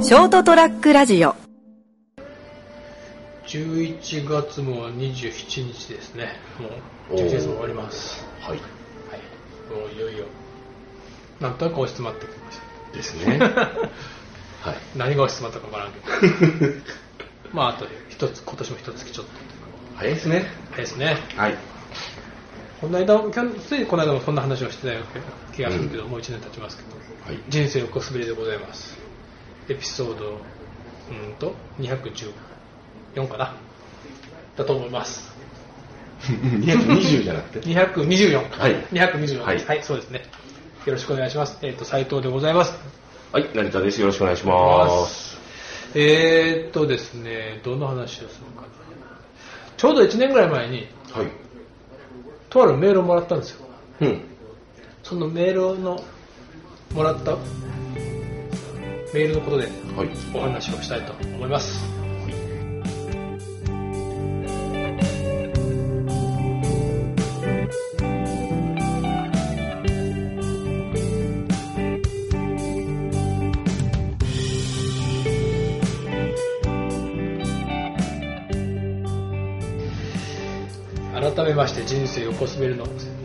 ショートトラックラジオ。 11月も27日ですね。もう11月も終わります。 はい、はい、 もういよいよなんとなく押し詰まってきましたですね。はい、 何が押し詰まったかわからんけどまああと一つ、今年も一月ちょっと早いですね。 早いですね。 はい。 ついこの間もそんな話をしてた気がするけど、もう1年経ちますけど、 はい、 人生横滑りでございます。エピソード214かなだと思います。 220じゃなくて 224、 はい、 224、はい、はい、そうですね。よろしくお願いします。斉藤でございます。 はい、成田です。よろしくお願いします。 ですね、どんな話をするかな。ちょうど1年ぐらい前に、 はい、 とあるメールをもらったんですよ。 うん。 そのメールのもらったメールのことでお話をしたいと思います。改めまして人生横滑りの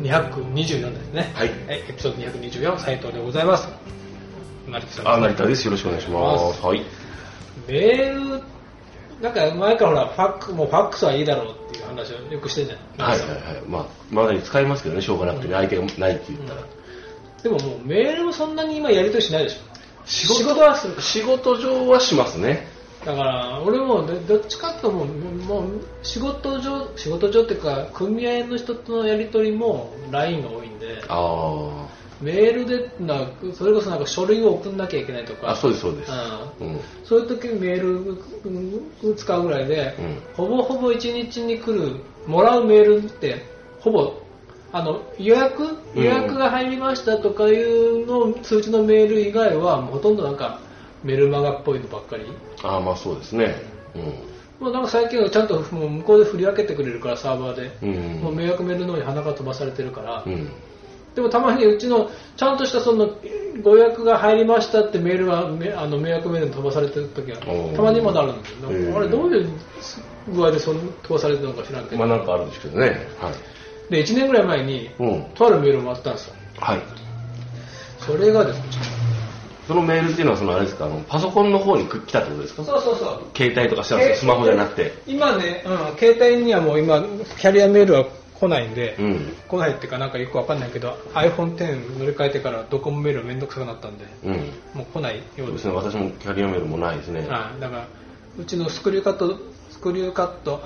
224ですね。 はい。 エピソード224、斉藤でございます。成田さん。 成田です。よろしくお願いします。はい。 メールなんか前からほらもうファックスはいいだろうっていう話をよくしてるじゃない。 はいはいはい。まあまだに使いますけどね、しょうがなくてね、相手がないって言ったら。 でももうメールもそんなに今やり取りしないでしょ。 仕事はする。仕事上はしますね。 だから俺もどっちかともう仕事上っていうか組合の人とのやり取りも LINE が多いんで、メールでそれこそなんか書類を送んなきゃいけないとか、 そうですそうです、 そういう時にメール使うぐらいで、ほぼほぼ1日に来るもらうメールってほぼ予約が入りましたとかいうの通知のメール以外はほとんどなんかメルマガっぽいのばっかり。 まあそうですね。 もうなんか最近はちゃんともう向こうで振り分けてくれるからサーバーで、もう迷惑メールの方に鼻が飛ばされてるから、でもたまにうちのちゃんとしたそのご予約が入りましたってメールは迷惑メールに飛ばされてる時はたまにまだあるんですよ。あれどういう具合で飛ばされてるのか知らんけど。 まあなんかあるんですけどね。はい。 で1年ぐらい前に、とあるメールをもらったんですよ。 はい。 それがですね。 そのメールっていうのはあれですか、パソコンの方に来たってことですか？ そう。 携帯とかしたんですか？スマホじゃなくて。 今ね、携帯にはもう今キャリアメールは来ないんで、来ないっていうかなんかよくわかんないけど iPhone X 乗り換えてからドコモメールめんどくさくなったんで、もう来ないようです。 そうですね。私もキャリアメールもないですね。 だからうちのスクリューカット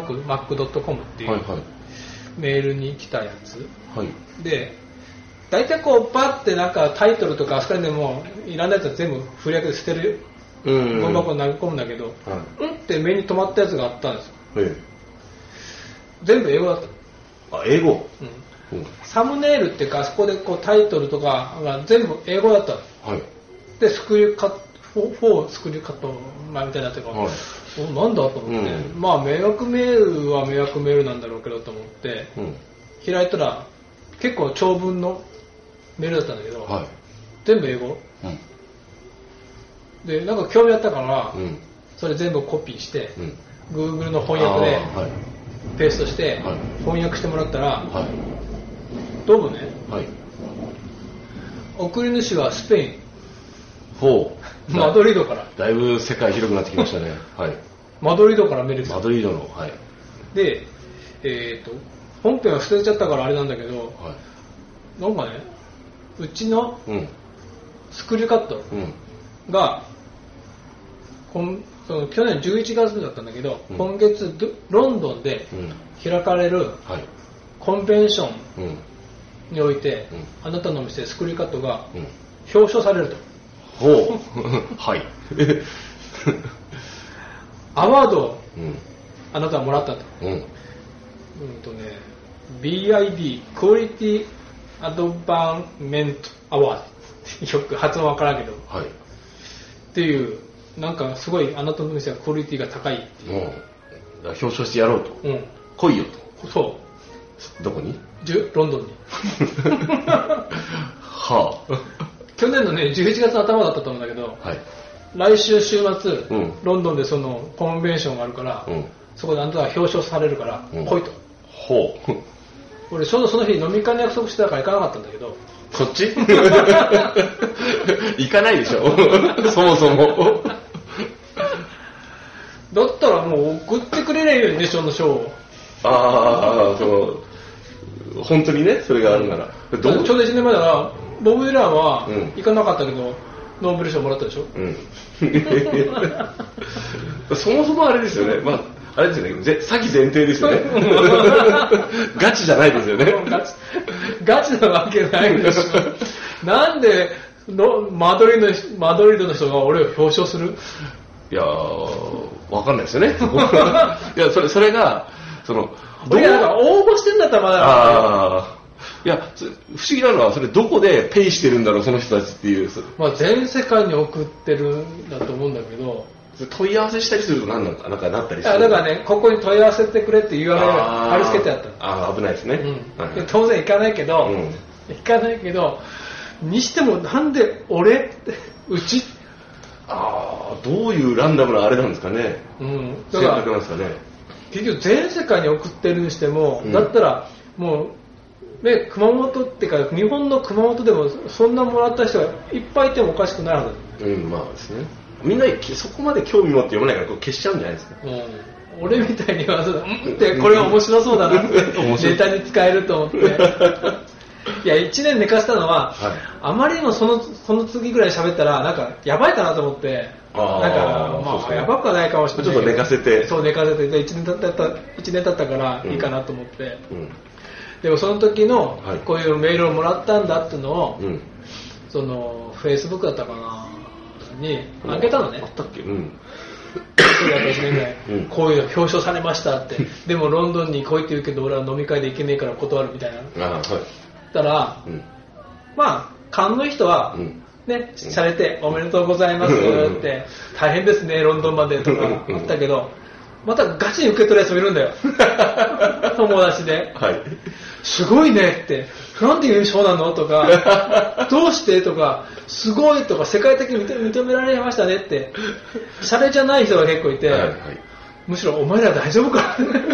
@mac.com っていうメールに来たやつ、で。大体こうパッてなんかタイトルとかあそこでもいらないやつは全部振り分けて捨てるゴミ箱に投げ込むんだけど、って目に留まったやつがあったんですよ。全部英語だった。 英語？ サムネイルっていうかあそこでこうタイトルとかが全部英語だった。でスクリューカットスクリューカットみたいになってるから、なんだと思って、まあ迷惑メールは迷惑メールなんだろうけどと思って、開いたら結構長文のメールだったんだけど、全部英語、でなんか興味あったから、それ全部コピーして、Google の翻訳でペーストして、翻訳してもらったら、どうもね、送り主はスペイン、マドリードから。 だいぶ世界広くなってきましたね。 マドリードからメールです。 マドリードの、 で、本編は捨てちゃったからあれなんだけど、なんかね、うちのスクリューカットが、その去年11月だったんだけど、今月ロンドンで開かれるコンベンションにおいて、あなたの店スクリューカットが表彰されると。アワードをあなたはもらったと。BID クオリティアドバンメントアワードよく発音わからんけど、っていうなんかすごいあなたの店はクオリティが高いっていう、 表彰してやろうと、来いよと。 そうどこに？ ロンドンにはあ。 去年のね11月の頭だったと思うんだけど、 はい、 来週週末、ロンドンでそのコンベンションがあるから、そこであんたが表彰されるから、来いと。 ほう。 俺ちょうどその日飲み会の約束してたから行かなかったんだけど。 そっち行かないでしょそもそも。 だったらもう送ってくれりゃいいよね、その賞を。 ああ、本当にね、それがあるなら。 ちょうど1年前だから、ボブ・ディランは行かなかったけど、ノーベル賞もらったでしょ。 そもそもあれですよね。まああれですよね。詐欺前提ですよね。ガチじゃないですよね。 ガチなわけないでしょ。なんでマドリードの人が俺を表彰する？ いやわかんないですよね。いやそれが俺がなんか応募してんだったらまだ。 いや不思議なのはそれどこでペイしてるんだろうその人たちっていう。 まあ全世界に送ってるんだと思うんだけど。 問い合わせしたりするとなんかなったりする。 だからね、ここに問い合わせてくれって URL 貼り付けてあったの。危ないですね。 当然行かないけど、にしてもなんで俺ってうち。 どういうランダムなあれなんですかね。 だから結局全世界に送ってるにしても、だったらもう熊本っていうか日本の熊本でもそんなもらった人がいっぱいいてもおかしくないはず。 まあですね。みんなそこまで興味持って読まないから消しちゃうんじゃないですか。 俺みたいにはってこれは面白そうだなってネタに使えると思って。いや1年寝かしたのは、あまりにもその次ぐらい喋ったらなんかやばいかなと思って、なんかまあやばくはないかもしれないけど。 ちょっと寝かせて。 そう寝かせて1年経ったからいいかなと思って。でもその時のこういうメールをもらったんだっていうのを、そのフェイスブックだったかな。に開けたのね。 あったっけ？ 1年ぐらい、こういうの表彰されましたって。でもロンドンに来いって言うけど俺は飲み会で行けねえから断るみたいな。たら、まあ勘のいい人はね、されておめでとうございますって大変ですねロンドンまでとかあったけど、またガチに受け取るやつもいるんだよ。友達で。すごいねって。なんで優勝なのとか、どうしてとか、すごいとか、世界的に認められましたねって、シャレじゃない人が結構いて、むしろお前ら大丈夫か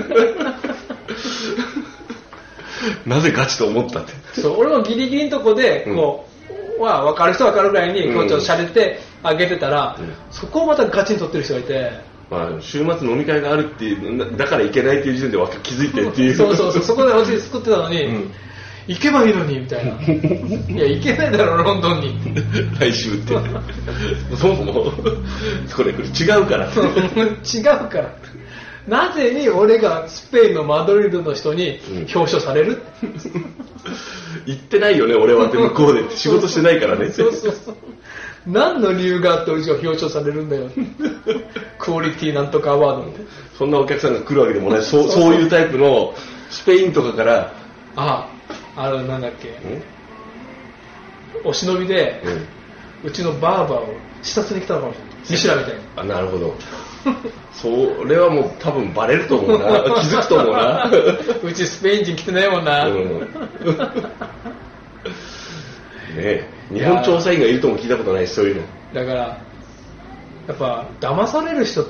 なぜガチと思ったって。 そう、俺もギリギリのとこで、こう、分かる人分かるぐらいに、こうちょっとシャレてあげてたら、そこをまたガチに取ってる人がいて、 週末飲み会があるっていうだから行けないっていう時点で気づいてっていう。 そこでおじ作ってたのに、行けばいいのにみたいな。いや行けないだろロンドンに。 来週って。そもそもこれ違うから。 違うから。なぜに俺がスペインのマドリードの人に表彰される？ 行ってないよね俺はって向こうで仕事してないからね。 何の理由があって俺が表彰されるんだよ。クオリティなんとかアワードみたいな。 そんなお客さんが来るわけでもない。そういうタイプのスペインとかから。 なんだっけ。お忍びで、うちのバーバーを視察に来たのかもしれない。ミシュラみたいな。 なるほど。それはもう多分バレると思うな。気づくと思うな。 うちスペイン人来てないもんな。 日本調査員がいるとも聞いたことないし、そういうの。 だからやっぱ騙される人って、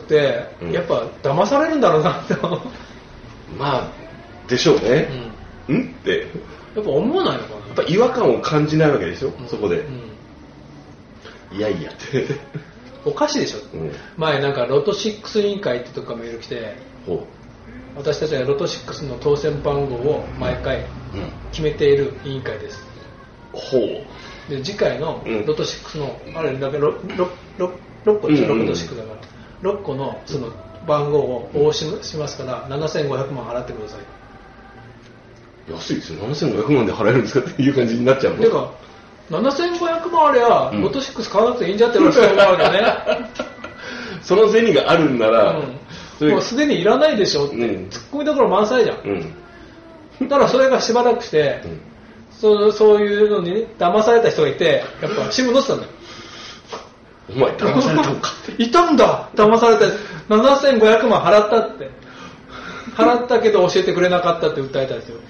やっぱ騙されるんだろうなって思う。 まあでしょうね。ってやっぱ思わないのかな。 やっぱ違和感を感じないわけでしょ、そこで。いやいやっておかしいでしょ。前なんかロト6委員会ってとこからメール来て、私たちはロト6の当選番号を毎回決めている委員会です。で次回のロト6のあれだけ 6個でしょ、ロト6だから6個のその番号を応募しますから7500万払ってください。 安いですよ。7500万で払えるんですかっていう感じになっちゃうの。 てか7500万あればロト6買わなくていいんじゃって俺は思うわけね。 その銭があるんなら、 もうすでにいらないでしょって、ツッコミどころ満載じゃん。だからそれがしばらくして、そういうのに、騙された人がいて、やっぱ新聞載ってたんだよ。 お前騙されたのかいたんだ、騙された。7500万払ったって。払ったけど教えてくれなかったって訴えたんですよ。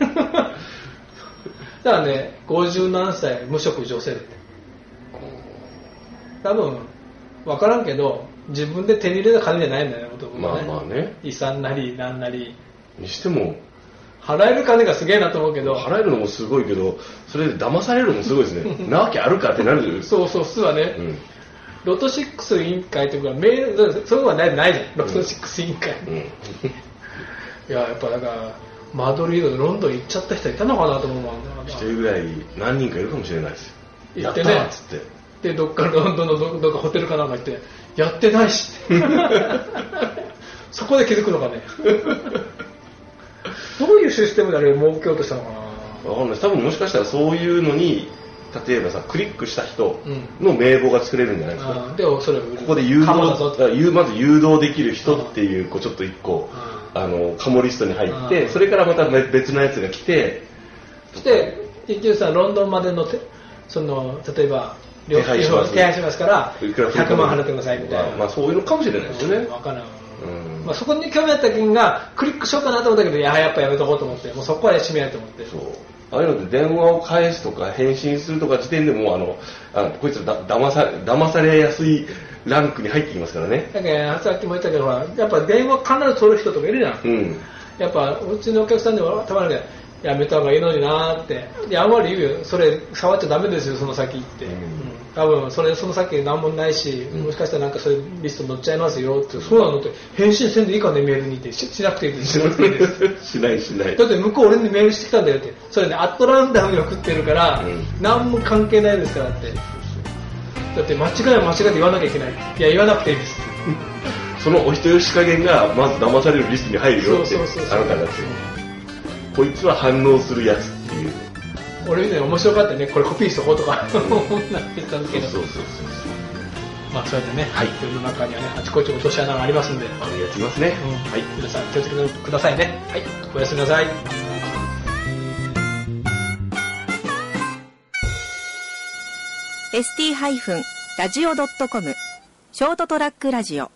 だからね、50何歳無職女性って。多分分からんけど自分で手に入れた金じゃないんだよね、 まあまあね、 遺産なりなんなりにしても払える金がすげえなと思うけど、 払えるのもすごいけど、それで騙されるのもすごいですね。なわけあるかってなる。 そうそう、普通はね、ロト6委員会というかメール、そういうのはないじゃん、ロト6委員会。いや、やっぱだからマドリードでロンドン行っちゃった人いたのかなと思うもん。 一人ぐらい何人かいるかもしれないですよ。 行ってね、 やったーっつって。 でどっかロンドンのどっかホテルかなんか行ってやってないしそこで気づくのかね。どういうシステムであれを儲けようとしたのかな。 わかんないです。多分もしかしたらそういうのに、例えばさ、クリックした人の名簿が作れるんじゃないですか。 でもそれここで誘導、まず誘導できる人っていう、ちょっと一個、カモリストに入って、それからまた別のやつが来て、 一応さ、ロンドンまでのその例えば手配しますから100万払ってくださいみたいな、 まあそういうのかもしれないですよね。 分からん。まあ、そこに興味あった金がクリックしようかなと思ったけど、やっぱやめとこうと思って、もうそこは閉めようと思って。 そう、ああいうので電話を返すとか返信するとか時点でもこいつら騙されやすいランクに入ってきますからね。 だからさっきも言ったけど、やっぱ電話必ず取る人とかいるじゃん。やっぱうちのお客さんではたまらないやめた方がいいのになーって。あんまり言うよ、それ触っちゃダメですよその先って、多分その先何もないし、もしかしたらなんかそういうリスト載っちゃいますよって、そうなのって返信せんでいいかねメールにって、しなくていいですしないだって向こう俺にメールしてきたんだよって、それねアットランダムに送ってるから、何も関係ないですからって。だって間違いは間違いで言わなきゃいけない。いや言わなくていいですそのお人よし加減がまず騙されるリストに入るよって、あなたがってこいつは反応するやつっていう。 俺ね面白かったね、これコピーしとこうとか思ってたんだけど、まあそうやってね、世の中にはねあちこち落とし穴がありますんで、 あるやついますね。 はい、皆さん気をつけてくださいね。はい、おやすみなさい。 ST-radio.com ショートトラックラジオ